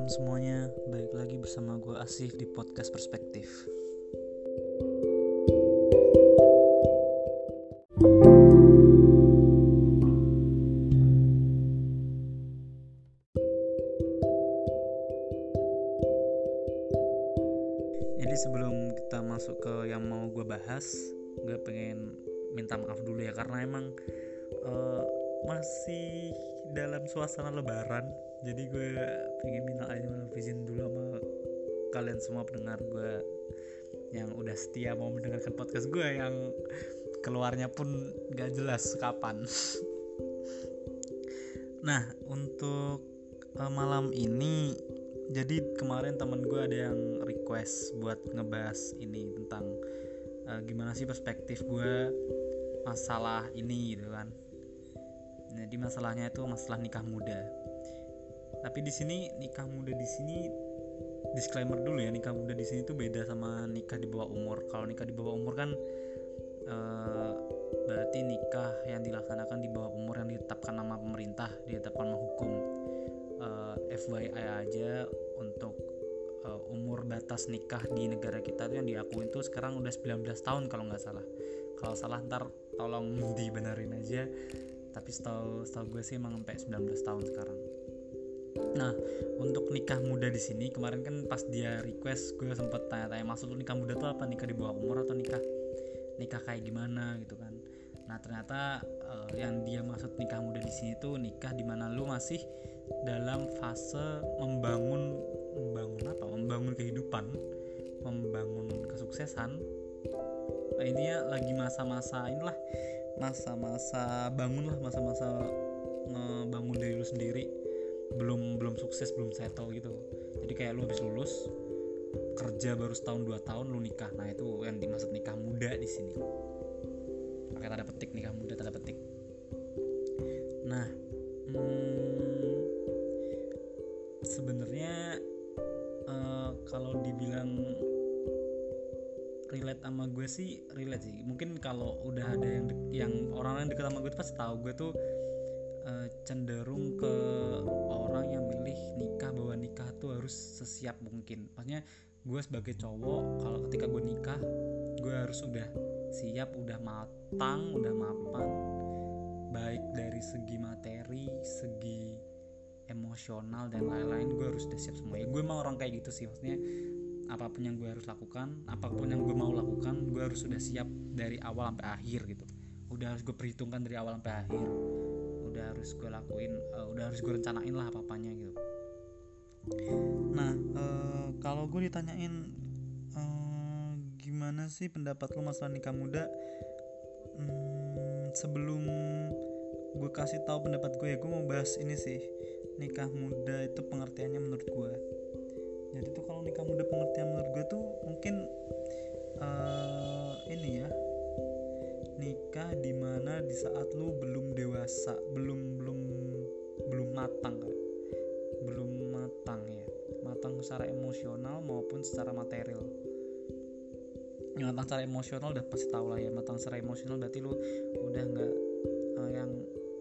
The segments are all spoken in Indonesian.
semuanya, balik lagi bersama gue Asif di podcast Perspektif. Jadi sebelum kita masuk ke yang mau gue bahas, gue pengen minta maaf dulu ya, karena emang masih dalam suasana lebaran. Jadi gue pengen minta izin dulu sama kalian semua pendengar gue yang udah setia mau mendengarkan podcast gue yang keluarnya pun gak jelas kapan. Nah, untuk malam ini, jadi kemarin teman gue ada yang request buat ngebahas ini tentang gimana sih perspektif gue masalah ini gitu kan. Jadi masalahnya itu masalah nikah muda. Tapi di sini nikah muda di sini disclaimer dulu ya, nikah muda di sini tuh beda sama nikah di bawah umur. Kalau nikah di bawah umur kan berarti nikah yang dilaksanakan di bawah umur yang ditetapkan sama pemerintah, ditetapkan sama hukum. FYI aja untuk umur batas nikah di negara kita tuh yang diakuin tuh sekarang udah 19 tahun kalau nggak salah. Kalau salah ntar tolong dibenerin aja. Tapi setahu gue sih emang sampai 19 tahun sekarang. Nah, untuk nikah muda di sini kemarin kan pas dia request gue sempet tanya-tanya, maksud lu nikah muda tuh apa? Nikah di bawah umur atau nikah kayak gimana gitu kan. Nah, ternyata yang dia maksud nikah muda di sini tuh nikah di mana lu masih dalam fase membangun kehidupan, membangun kesuksesan. Nah, ininya lagi masa-masa ngebangun diri lu sendiri, belum sukses, belum settle gitu. Jadi kayak lu habis lulus kerja baru setahun 2 tahun lu nikah. Nah, itu yang dimaksud nikah muda di sini. Pakai tanda petik, nikah muda tanda petik. Nah, sebenarnya kalau dibilang relate sama gue sih relate sih. Mungkin kalau udah ada yang orang-orang deket sama gue tuh pasti tahu gue tuh cenderung ke orang yang milih nikah, bahwa nikah tuh harus sesiap mungkin. Maksudnya gue sebagai cowok, kalau ketika gue nikah, gue harus udah siap, udah matang, udah mapan, baik dari segi materi, segi emosional dan lain-lain. Gue harus udah siap semua. Ya gue emang orang kayak gitu sih, maksudnya apapun yang gue harus lakukan, apapun yang gue mau lakukan, gue harus sudah siap dari awal sampai akhir gitu. Udah harus gue perhitungkan dari awal sampai akhir, udah harus gue lakuin, udah harus gue rencanain lah apa-apanya gitu. Nah, kalau gue ditanyain gimana sih pendapat lo masalah nikah muda, sebelum gue kasih tahu pendapat gue ya, gue mau bahas ini sih, nikah muda itu pengertiannya menurut gue. Jadi tuh kalau nikah muda pengertian menurut gue tuh mungkin ini ya, nikah dimana di saat lu belum dewasa, belum matang kan, belum matang ya, matang secara emosional maupun secara material. Yang matang secara emosional udah pasti tahu lah ya, matang secara emosional berarti lu udah nggak yang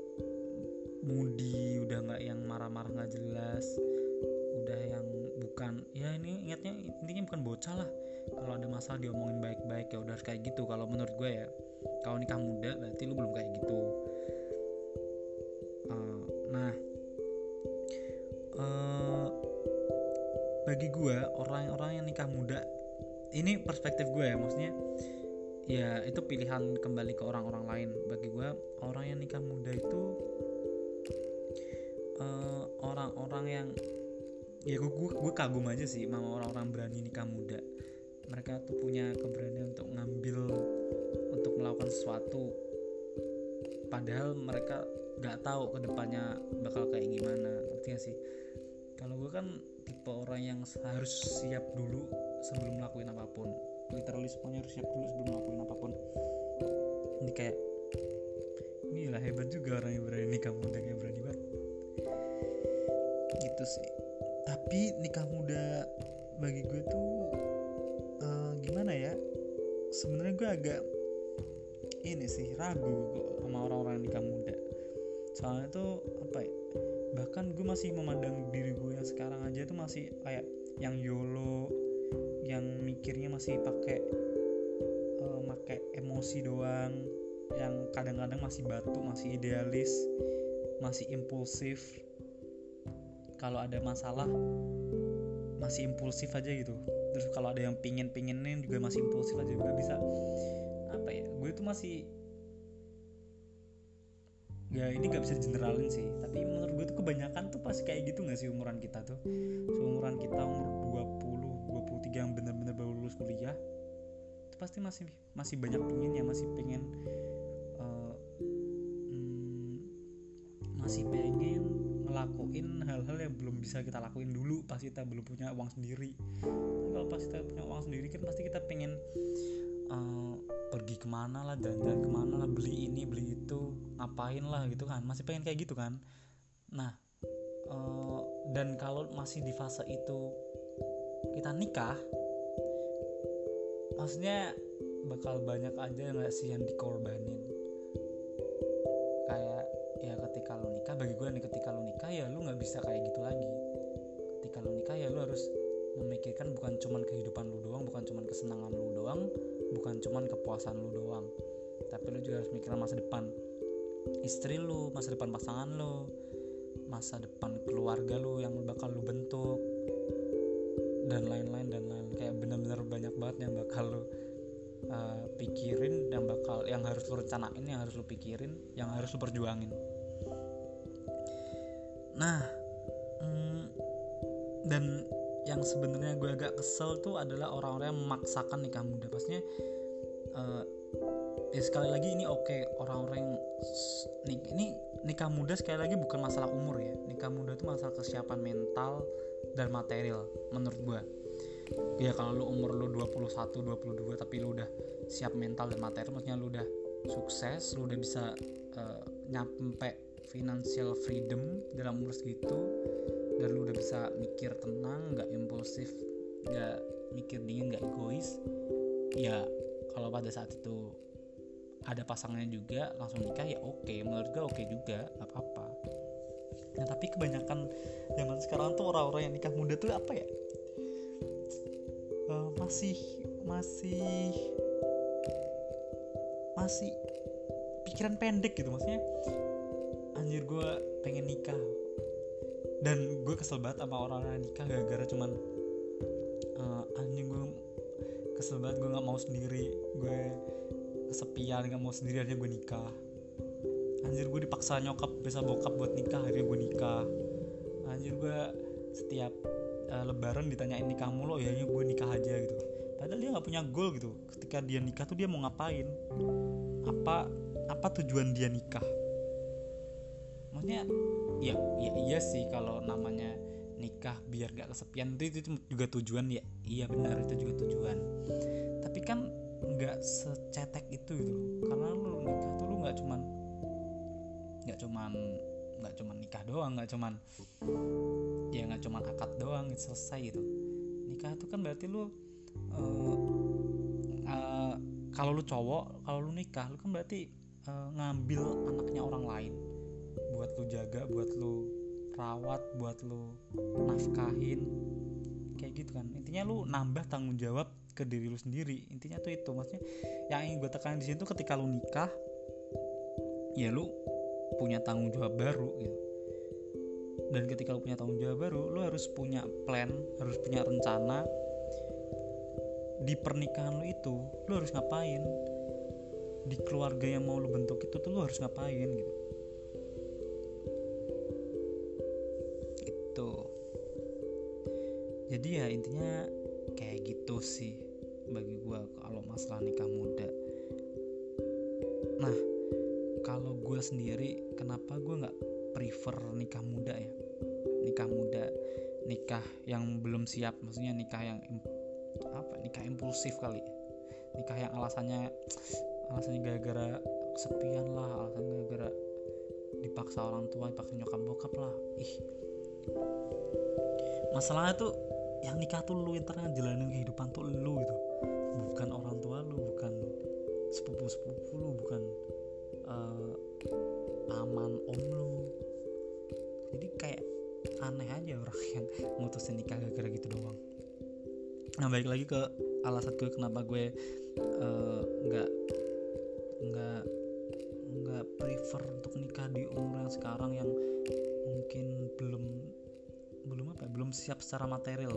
moody, udah nggak yang marah-marah nggak jelas, udah yang bukan ya, ini intinya bukan bocah lah. Kalau ada masalah diomongin baik-baik, ya udah harus kayak gitu kalau menurut gue ya. Kalau nikah muda berarti lu belum kayak gitu. Bagi gue orang-orang yang nikah muda, ini perspektif gue ya, maksudnya ya itu pilihan kembali ke orang-orang lain. Bagi gue orang yang nikah muda itu orang-orang yang ya gue kagum aja sih sama orang-orang berani nikah muda. Mereka tuh punya keberanian untuk untuk melakukan sesuatu, padahal mereka nggak tahu kedepannya bakal kayak gimana. Ngerti gak sih? Kalau gue kan tipe orang yang harus siap dulu sebelum melakukan apapun. Literally semuanya harus siap dulu sebelum melakukan apapun. Ini kayak gila, hebat juga orang yang berani nikah muda, kayak berani banget gitu sih. Tapi nikah muda bagi gue tuh gimana ya, sebenarnya gue agak ini sih ragu sama orang-orang yang nikah muda. Soalnya tuh apa ya, Bahkan gue masih memandang diri gue yang sekarang aja tuh masih kayak yang YOLO, yang mikirnya masih pakai emosi doang, yang kadang-kadang masih batu, masih idealis, masih impulsif. Kalau ada masalah masih impulsif aja gitu. Terus kalau ada yang pinginin juga masih impulsif aja. Gak bisa, apa ya, gue tuh masih, ya ini gak bisa generalin sih, tapi menurut gue tuh kebanyakan tuh pasti kayak gitu gak sih umuran kita tuh. Seumuran kita umur 20-23 yang bener-bener baru lulus kuliah, itu pasti masih banyak pinginnya, masih pengen masih pengen ngelakuin hal-hal yang belum bisa kita lakuin dulu pas kita belum punya uang sendiri. Kalau pas kita punya uang sendiri kan pasti kita pengen pergi kemana lah, jalan-jalan kemana lah, beli ini beli itu, ngapain lah gitu kan, masih pengen kayak gitu kan. Nah dan kalau masih di fase itu kita nikah, maksudnya bakal banyak aja nggak sih yang dikorbanin. Kayak ya ketika lu nikah, bagi gue nih, ketika lu nikah ya lu nggak bisa kayak gitu lagi. Ketika lu nikah ya lu harus memikirkan bukan cuman kehidupan lu doang, bukan cuman kesenangan lu doang, bukan cuman kepuasan lu doang, tapi lu juga harus mikirin masa depan istri lu, masa depan pasangan lu, masa depan keluarga lu yang bakal lu bentuk, dan lain-lain. Kayak benar-benar banyak banget yang bakal lu pikirin, yang harus lu rencanain, yang harus lu pikirin, yang harus lu perjuangin. Nah dan yang sebenarnya gue agak kesel tuh adalah orang-orang yang memaksakan nikah muda. Pastinya ya sekali lagi ini orang-orang yang ini nikah muda sekali lagi bukan masalah umur ya. Nikah muda itu masalah kesiapan mental dan material menurut gue. Ya kalau lu umur lu 21, 22 tapi lu udah siap mental dan material, maksudnya lu udah sukses, lu udah bisa nyampe financial freedom dalam umur segitu, dan lu udah bisa mikir tenang, gak impulsif, gak mikir dingin, gak egois, ya kalau pada saat itu ada pasangannya juga langsung nikah ya oke, menurut gue oke juga, gak apa-apa. Nah tapi kebanyakan zaman sekarang tuh orang-orang yang nikah muda tuh apa ya, masih pikiran pendek gitu. Maksudnya anjir gue pengen nikah, dan gue kesel banget sama orang-orang nikah gara-gara cuman anjing, gue kesel banget, gue nggak mau sendiri, gue kesepian, nggak mau sendiri, akhirnya gue nikah. Anjir, gue dipaksa nyokap bisa bokap buat nikah, akhirnya gue nikah. Anjir, gue setiap lebaran ditanyain nikah mulu, ya gue nikah aja gitu. Padahal dia nggak punya goal gitu. Ketika dia nikah tuh dia mau ngapain? Apa tujuan dia nikah? Maksudnya ya iya sih, kalau namanya nikah biar gak kesepian itu juga tujuan ya. Iya benar, itu juga tujuan. Tapi kan nggak secetek itu gitu. Karena lu nikah tuh lu nggak cuman nikah doang, nggak cuman akad doang gitu, selesai gitu. Nikah itu kan berarti lu kalau lu cowok, kalau lu nikah lu kan berarti ngambil anaknya orang lain buat lu jaga, buat lu rawat, buat lu nafkahin, kayak gitu kan. Intinya lu nambah tanggung jawab ke diri lu sendiri. Intinya tuh itu. Maksudnya yang ingin gue tekanin di sini tuh ketika lu nikah ya lu punya tanggung jawab baru gitu. Dan ketika lu punya tanggung jawab baru, lu harus punya plan, harus punya rencana di pernikahan lu itu. Lu harus ngapain, di keluarga yang mau lu bentuk itu tuh lu harus ngapain gitu. Itu. Jadi ya intinya kayak gitu sih bagi gue kalau masalah nikah muda. Nah, kalau gue sendiri, kenapa gue nggak prefer nikah muda ya? Nikah yang belum siap, maksudnya nikah yang nikah impulsif kali. Nikah yang alasannya gara-gara kesepian lah, alasannya gara-gara dipaksa orang tua, dipaksa nyokap bokap lah. Masalahnya tuh yang nikah tuh lu, ntar ngejalanin kehidupan tuh lu gitu, bukan orang tua lu, bukan sepupu lu, bukan paman om lu. Jadi kayak aneh aja orang yang mutusin nikah gara-gara gitu doang. Nah balik lagi ke alasan gue kenapa gue nggak prefer untuk nikah di umur yang sekarang yang mungkin belum siap secara material.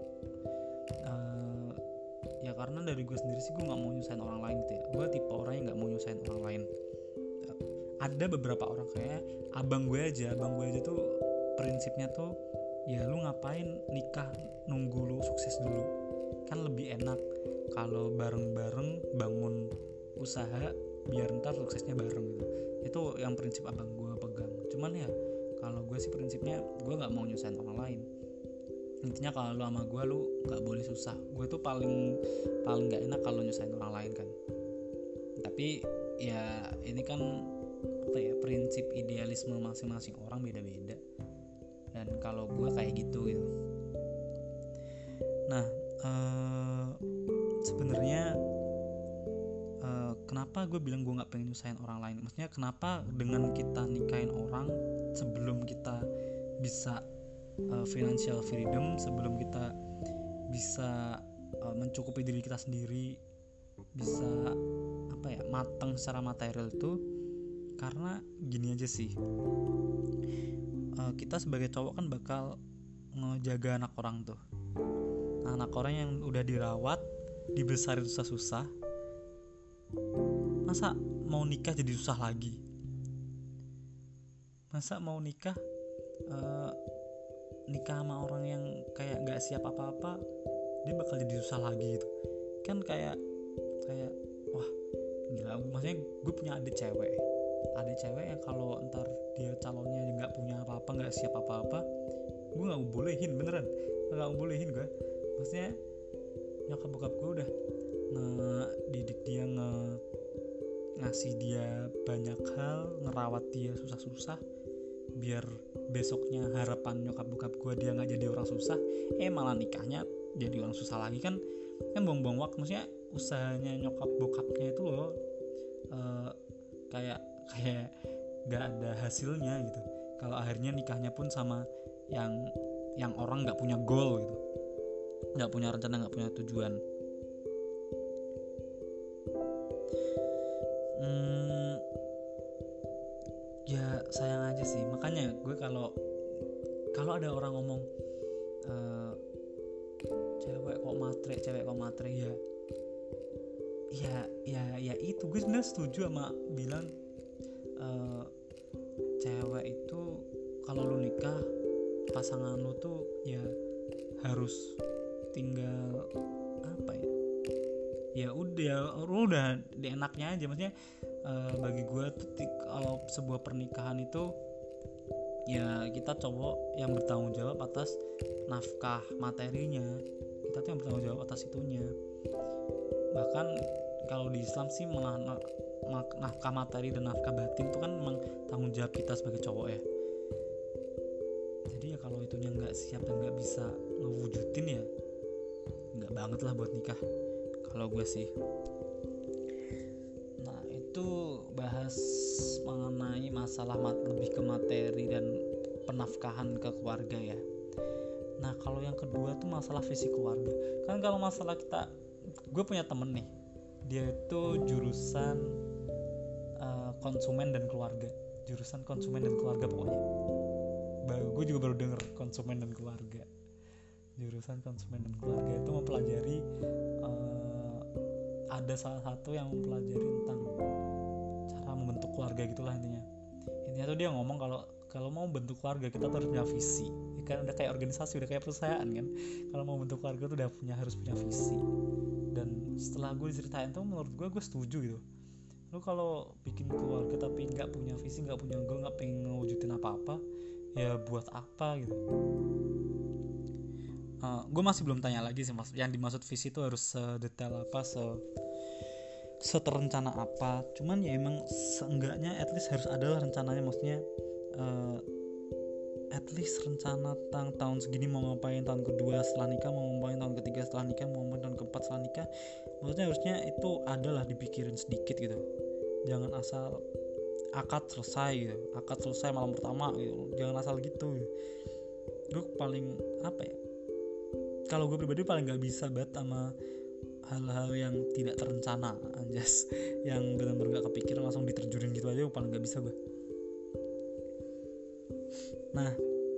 Ya karena dari gue sendiri sih gue nggak mau nyusahin orang lain gitu ya. Gue tipe orang yang nggak mau nyusahin orang lain. Ada beberapa orang kayak abang gue aja tuh prinsipnya tuh ya lu ngapain nikah nunggu lu sukses dulu, kan lebih enak kalau bareng-bareng bangun usaha biar ntar suksesnya bareng gitu. Itu yang prinsip abang gue pegang. Cuman ya kalau gue sih prinsipnya gue nggak mau nyusahin orang lain. Intinya kalau lu sama gue lu nggak boleh susah. Gue tuh paling nggak enak kalau nyusahin orang lain kan. Tapi ya ini kan apa ya, prinsip idealisme masing-masing orang beda-beda. Dan kalau gue kayak gitu. Nah sebenarnya kenapa gue bilang gue nggak pengen nyusahin orang lain? Maksudnya kenapa dengan kita nikahin orang sebelum kita bisa financial freedom, sebelum kita bisa mencukupi diri kita sendiri, bisa matang secara material itu, karena gini aja sih, kita sebagai cowok kan bakal ngejaga anak orang tuh. Nah, anak orang yang udah dirawat, dibesarin susah-susah, masa mau nikah jadi susah lagi? Masa mau nikah sama orang yang kayak gak siap apa-apa, dia bakal jadi susah lagi gitu. Kan kayak wah gila. Maksudnya gue punya adik cewek yang kalau ntar dia calonnya gak punya apa-apa, gak siap apa-apa, gue gak bolehin, beneran gak bolehin gue. Maksudnya nyokap bokap gue udah ngedidik dia, ngasih dia banyak hal, ngerawat dia susah-susah, biar besoknya harapan nyokap bokap gue dia nggak jadi orang susah, malah nikahnya jadi orang susah lagi, kan buang-buang waktu. Maksudnya usahanya nyokap bokapnya itu loh kayak nggak ada hasilnya gitu. Kalau akhirnya nikahnya pun sama yang orang nggak punya goal gitu, nggak punya rencana, nggak punya tujuan. Ya sayang aja sih. Makanya gue kalau ada orang ngomong cewek kok matre ya itu gue sebenarnya setuju sama bilang cewek itu kalau lu nikah pasangan lu tuh ya harus tinggal ya udah di enaknya aja. Maksudnya bagi gue tuh kalau sebuah pernikahan itu ya kita cowok yang bertanggung jawab atas nafkah materinya, kita tuh yang bertanggung jawab atas itunya. Bahkan kalau di Islam sih malah nafkah materi dan nafkah batin itu kan memang tanggung jawab kita sebagai cowok ya. Jadi ya kalau itunya nggak siap dan nggak bisa ngewujudin ya nggak banget lah buat nikah kalau gue sih. Nah itu bahas mengenai masalah lebih ke materi dan penafkahan ke keluarga ya. Nah kalau yang kedua tuh masalah visi keluarga. Kan kalau masalah gue punya temen nih, dia itu jurusan konsumen dan keluarga pokoknya. Gue juga baru denger konsumen dan keluarga. Jurusan konsumen dan keluarga itu mempelajari ada salah satu yang mempelajari tentang cara membentuk keluarga gitulah intinya tuh dia ngomong kalau mau bentuk keluarga kita tuh harus punya visi. Kan udah kayak organisasi, udah kayak perusahaan kan. Kalau mau bentuk keluarga tuh harus punya visi. Dan setelah gue diceritain tuh menurut gue setuju gitu. Lu kalau bikin keluarga tapi nggak punya visi, nggak punya goal, nggak pengen ngewujudin apa-apa, ya buat apa gitu. Gue masih belum tanya lagi sih mas, yang dimaksud visi itu harus sedetail apa, seterencana apa. Cuman ya emang seenggaknya at least harus ada lah rencananya. Maksudnya at least rencana tentang tahun segini mau ngapain, tahun kedua setelah nikah mau ngapain, tahun ketiga setelah nikah mau ngapain, tahun keempat setelah nikah. Maksudnya harusnya itu adalah dipikirin sedikit gitu. Jangan asal akad selesai malam pertama gitu. Jangan asal gitu. Gue paling apa ya, kalau gue pribadi paling gak bisa banget sama hal-hal yang tidak terencana anjas, yang benar-benar gak kepikiran langsung diterjunin gitu aja, paling gak bisa gue. Nah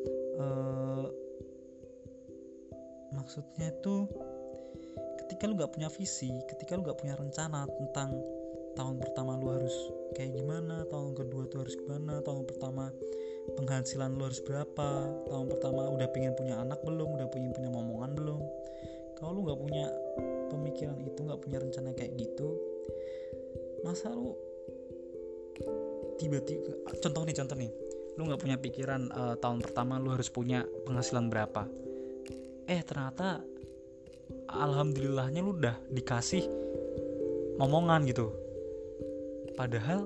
maksudnya itu ketika lu gak punya visi, ketika lu gak punya rencana tentang tahun pertama lu harus kayak gimana, tahun kedua tuh harus gimana, tahun pertama penghasilan lu harus berapa, tahun pertama udah pengen punya anak belum, udah pengen punya momongan belum. Kalau lu gak punya pemikiran itu, gak punya rencana kayak gitu, masa lu tiba-tiba, contoh nih lu gak punya pikiran tahun pertama lu harus punya penghasilan berapa, ternyata alhamdulillahnya lu udah dikasih momongan gitu. Padahal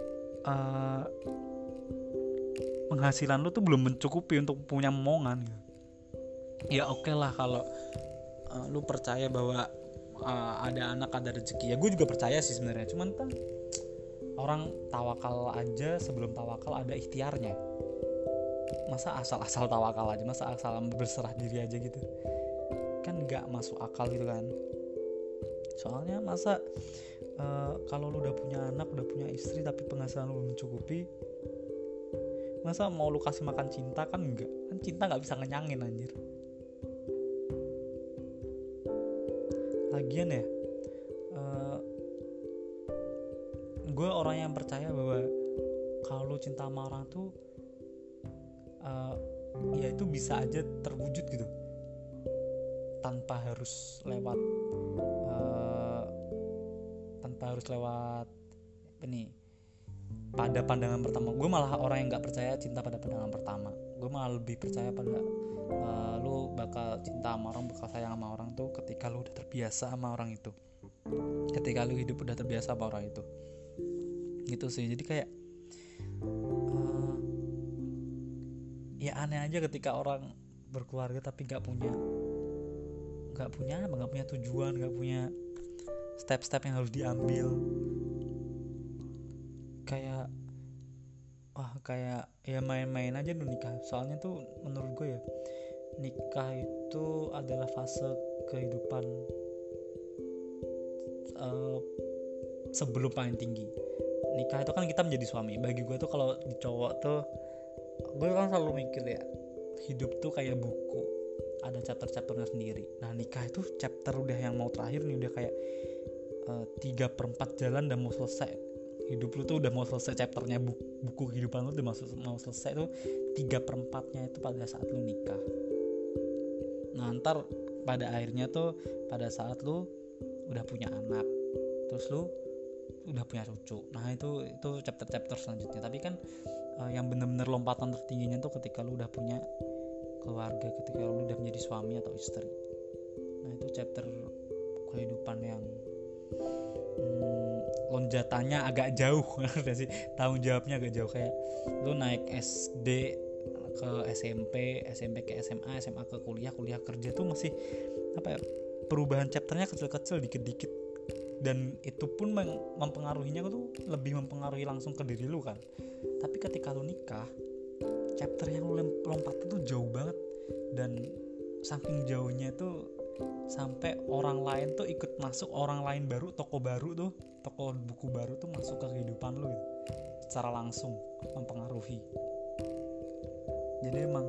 penghasilan lu tuh belum mencukupi untuk punya momongan gitu. Ya oke lah kalau lu percaya bahwa ada anak ada rezeki, ya gue juga percaya sih sebenarnya. Cuman kan orang tawakal aja, sebelum tawakal ada ikhtiarnya. Masa asal-asal tawakal aja, masa asal berserah diri aja gitu, kan gak masuk akal gitu kan. Soalnya masa kalau lu udah punya anak, udah punya istri, tapi penghasilan lu belum mencukupi, masa mau lu kasih makan cinta? Kan enggak, kan cinta gak bisa ngenyangin anjir. Lagian ya, gue orang yang percaya bahwa kalau lu cinta sama orang tuh ya itu bisa aja terwujud gitu, tanpa harus lewat ini pada pandangan pertama. Gue malah orang yang nggak percaya cinta pada pandangan pertama. Gue malah lebih percaya pada lu bakal cinta sama orang, bakal sayang sama orang tuh ketika lu udah terbiasa sama orang itu, ketika lu hidup udah terbiasa sama orang itu, gitu sih. Jadi kayak ya aneh aja ketika orang berkeluarga tapi nggak punya tujuan, nggak punya step-step yang harus diambil. Kayak ya main-main aja dulu nikah. Soalnya tuh menurut gue ya, nikah itu adalah fase kehidupan sebelum paling tinggi. Nikah itu kan kita menjadi suami. Bagi gue tuh kalau di cowok tuh, gue kan selalu mikir ya, hidup tuh kayak buku, ada chapter-chapternya sendiri. Nah nikah itu chapter udah yang mau terakhir nih, udah kayak 3/4 jalan dan mau selesai. Hidup lu tuh udah mau selesai chapternya, buku kehidupan lu udah mau selesai tuh 3/4-nya itu pada saat lu nikah. Nah ntar pada akhirnya tuh pada saat lu udah punya anak, terus lu udah punya cucu. Nah itu chapter selanjutnya. Tapi kan yang benar-benar lompatan tertingginya tuh ketika lu udah punya keluarga, ketika lu udah menjadi suami atau istri. Nah itu chapter kehidupan yang lonjatannya agak jauh sih, tanggung jawabnya agak jauh. Kayak lu naik SD ke SMP ke SMA ke kuliah kerja tuh masih apa ya, perubahan chapternya kecil-kecil dikit-dikit, dan itu pun mempengaruhinya tuh lebih mempengaruhi langsung ke diri lu kan. Tapi ketika lu nikah, chapter yang lu lompat tuh jauh banget, dan saking jauhnya tuh sampai orang lain tuh ikut masuk, orang lain baru, toko buku baru tuh masuk ke kehidupan lu gitu, secara langsung mempengaruhi. Jadi emang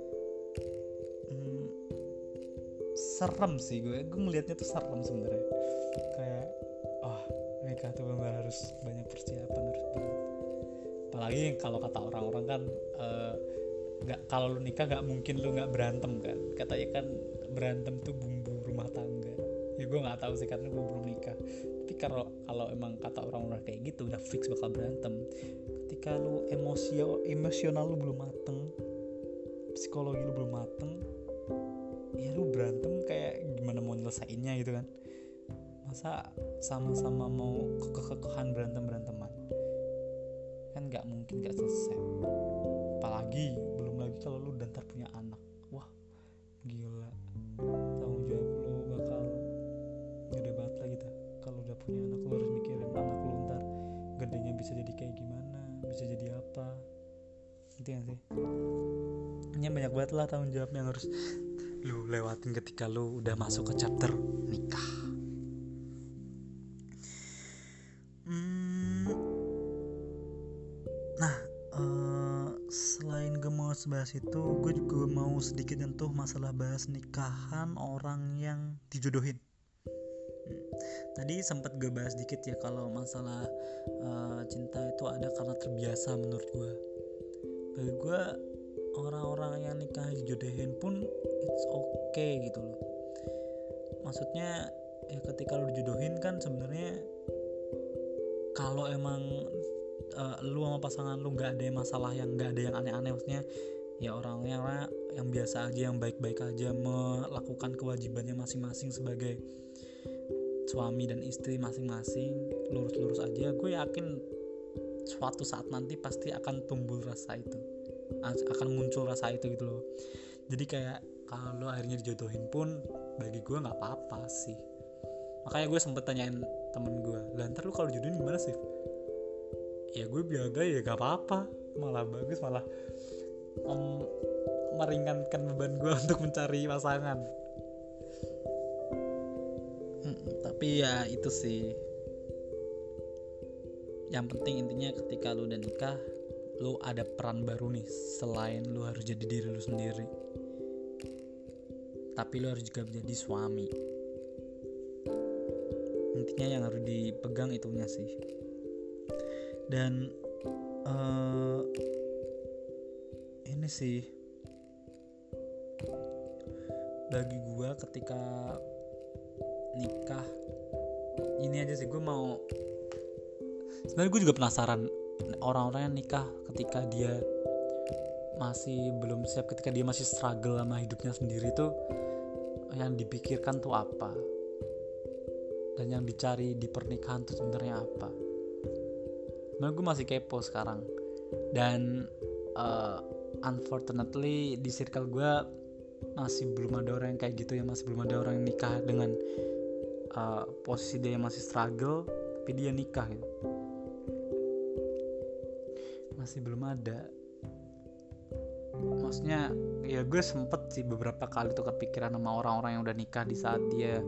serem sih, gue ngelihatnya tuh serem sebenarnya. Kayak nikah tuh benar harus banyak persiapan, harus banget. Apalagi kalau kata orang-orang kan kalau lu nikah gak mungkin lu gak berantem kan, katanya kan berantem tuh bumbu rumah tangga. Ya gue gak tahu sih karena gue belum nikah, tapi kalau emang kata orang-orang kayak gitu udah fix bakal berantem. Ketika lu emosional lu belum mateng, psikologi lu belum mateng, ya lu berantem kayak gimana mau nyelesainnya gitu kan. Masa sama-sama mau kekehan beranteman kan gak mungkin gak selesai. Apalagi belum lagi kalau lu udah ntar punya anak, wah gila, tanggung jawab lu bakal gede banget lagi dah. Kalau udah punya anak, lu harus mikirin anak lu ntar gedenya bisa jadi kayak gimana, bisa gitu ya sih. Ini banyak banget lah tanggung jawab yang harus lu lewatin ketika lu udah masuk ke chapter nikah. Nah, selain gue mau bahas itu, gue juga mau sedikit nyentuh masalah bahas nikahan orang yang dijodohin. Tadi sempat gue bahas dikit ya kalau masalah cinta itu ada karena terbiasa menurut gue. Bagi gue orang-orang yang nikah dijodohin pun it's okay gitu loh. Maksudnya ya ketika lu dijodohin kan sebenarnya kalau emang lu sama pasangan lu nggak ada masalah, yang nggak ada yang aneh-aneh, maksudnya ya orangnya yang biasa aja, yang baik-baik aja, melakukan kewajibannya masing-masing sebagai suami dan istri masing-masing, lurus-lurus aja, gue yakin suatu saat nanti pasti akan tumbuh rasa itu, akan muncul rasa itu gitu loh. Jadi kayak kalau akhirnya dijodohin pun bagi gue nggak apa-apa sih. Makanya gue sempet tanyain temen gue, lah ntar lu kalau dijodohin gimana sih? Ya gue bilang ya gak apa-apa, malah bagus, malah meringankan beban gue untuk mencari pasangan. Tapi ya itu sih, yang penting intinya ketika lu udah nikah, lu ada peran baru nih, selain lu harus jadi diri lu sendiri, tapi lu harus juga menjadi suami. Intinya yang harus dipegang itunya sih. Dan ini sih bagi gue ketika nikah, ini aja sih gue mau, sebenarnya gue juga penasaran orang-orang yang nikah ketika dia masih belum siap, ketika dia masih struggle sama hidupnya sendiri tuh, yang dipikirkan tuh apa, dan yang dicari di pernikahan tuh sebenarnya apa. Sebenarnya gue masih kepo sekarang, dan unfortunately di circle gue masih belum ada orang yang kayak gitu ya, masih belum ada orang yang nikah dengan posisi dia yang masih struggle tapi dia nikah gitu. Masih belum ada. Maksudnya ya gue sempet sih beberapa kali tuh kepikiran sama orang-orang yang udah nikah di saat dia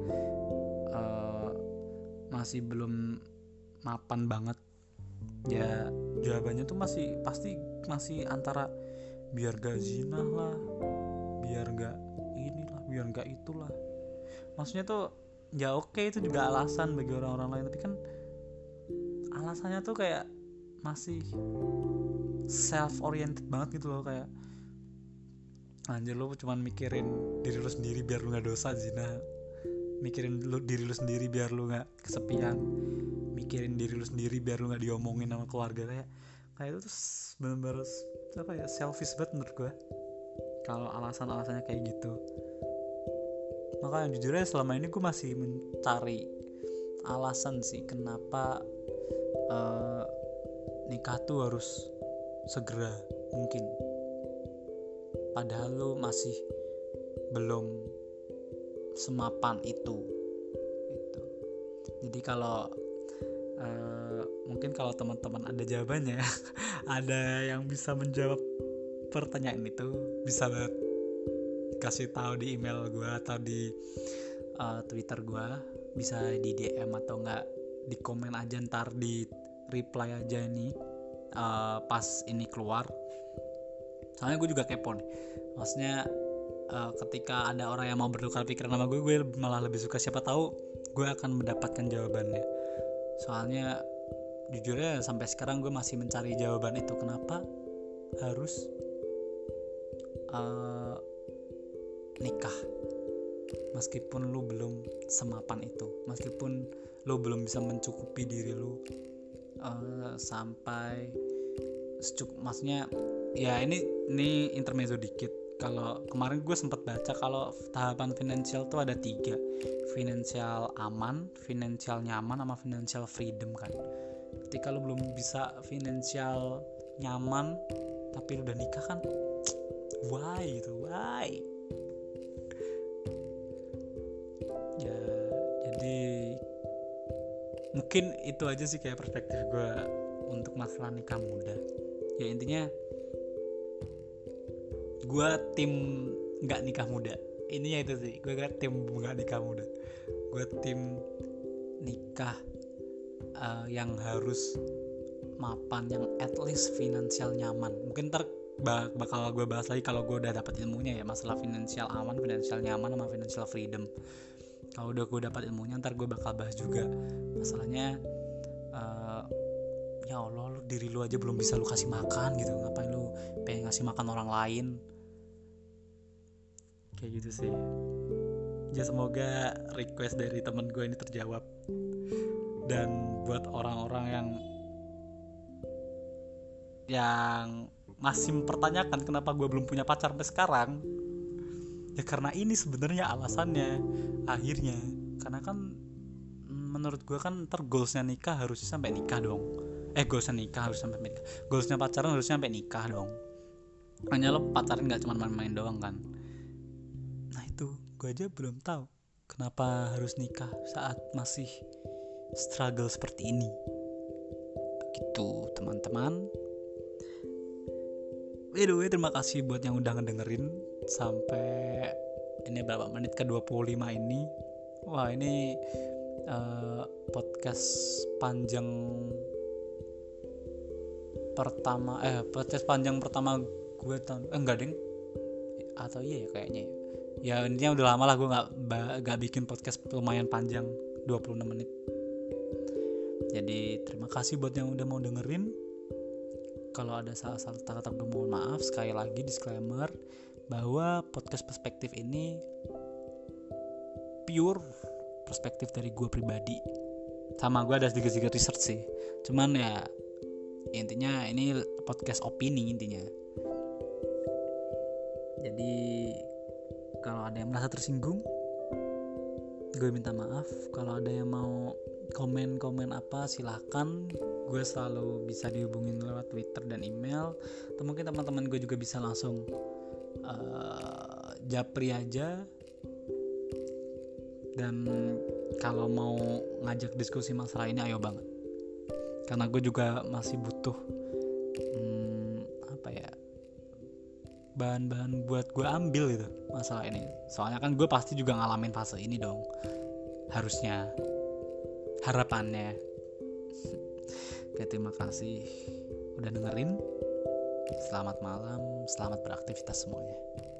masih belum mapan banget. Ya jawabannya tuh pasti masih antara biar gak zina lah, biar gak inilah, biar gak itulah. Maksudnya tuh ya oke, itu juga alasan bagi orang-orang lain, tapi kan alasannya tuh kayak masih self oriented banget gitu loh. Kayak anjir, lu cuman mikirin diri lu sendiri biar lu gak dosa zina, mikirin diri lu sendiri biar lu gak kesepian, mikirin diri lu sendiri biar lu gak diomongin sama keluarga. Kayak itu tuh bener-bener apa ya, selfish banget menurut gue kalau alasan-alasannya kayak gitu. Makanya jujur aja selama ini gue masih mencari alasan sih kenapa nikah tuh harus segera mungkin, padahal lu masih belum semapan itu gitu. Jadi kalau mungkin kalau teman-teman ada jawabannya ada yang bisa menjawab pertanyaan itu, bisa banget kasih tahu di email gue atau di Twitter gue, bisa di DM atau enggak di komen aja, ntar di reply aja nih pas ini keluar. Soalnya gue juga kepo nih, maksudnya ketika ada orang yang mau bertukar pikiran sama gue malah lebih suka, siapa tahu gue akan mendapatkan jawabannya. Soalnya jujurnya sampai sekarang gue masih mencari jawaban itu, kenapa harus nikah meskipun lu belum semapan itu, meskipun lu belum bisa mencukupi diri lu sampai maksudnya ya ini intermezzo dikit. Kalau kemarin gue sempat baca kalau tahapan finansial tuh ada 3, finansial aman, finansial nyaman, sama financial freedom kan. Ketika lu belum bisa finansial nyaman tapi lu udah nikah kan, why ya. Jadi mungkin itu aja sih kayak perspektif gue untuk masalah nikah muda. Ya intinya gue tim nggak nikah muda. Ininya itu sih, gue gak tim nggak nikah muda, gue tim nikah yang harus mapan, yang at least finansial nyaman. Mungkin ntar bakal gue bahas lagi kalau gue udah dapat ilmunya ya, masalah finansial aman, finansial nyaman, sama financial freedom. Kalau udah gue dapat ilmunya ntar gue bakal bahas juga. Masalahnya ya Allah, lu diri lu aja belum bisa lu kasih makan gitu, ngapain lu pengen ngasih makan orang lain? Kayak gitu sih. Ya semoga request dari temen gue ini terjawab. Dan buat orang-orang yang masih mempertanyakan kenapa gue belum punya pacar sampai sekarang, ya karena ini sebenarnya alasannya akhirnya. Karena kan menurut gue kan ntar goalsnya nikah harusnya sampai nikah dong. Goalsnya nikah harus sampai nikah. Goalsnya pacaran harusnya sampai nikah dong. Hanya lo pacaran nggak cuma main-main doang kan. Nah itu gue aja belum tahu kenapa harus nikah saat masih struggle seperti ini. Begitu teman-teman. By the way, terima kasih buat yang udah ngedengerin sampai ini berapa menit ke 25 ini. Wah ini podcast panjang pertama gue enggak deng, atau iya ya kayaknya ya, intinya udah lama lah gue nggak bikin podcast lumayan panjang 26 menit. Jadi terima kasih buat yang udah mau dengerin. Kalau ada salah-salah kata gue mohon maaf. Sekali lagi disclaimer bahwa podcast perspektif ini pure perspektif dari gue pribadi. Sama gue ada sedikit-sedikit research sih. Cuman ya intinya ini podcast opini intinya. Jadi kalau ada yang merasa tersinggung, gue minta maaf. Kalau ada yang mau komen apa silahkan. Gue selalu bisa dihubungin lewat Twitter dan email, atau mungkin teman-teman gue juga bisa langsung japri aja. Dan kalau mau ngajak diskusi masalah ini ayo banget, karena gue juga masih butuh bahan-bahan buat gue ambil gitu masalah ini. Soalnya kan gue pasti juga ngalamin fase ini dong, harusnya, harapannya. Oke, terima kasih udah dengerin. Selamat malam, selamat beraktivitas semuanya.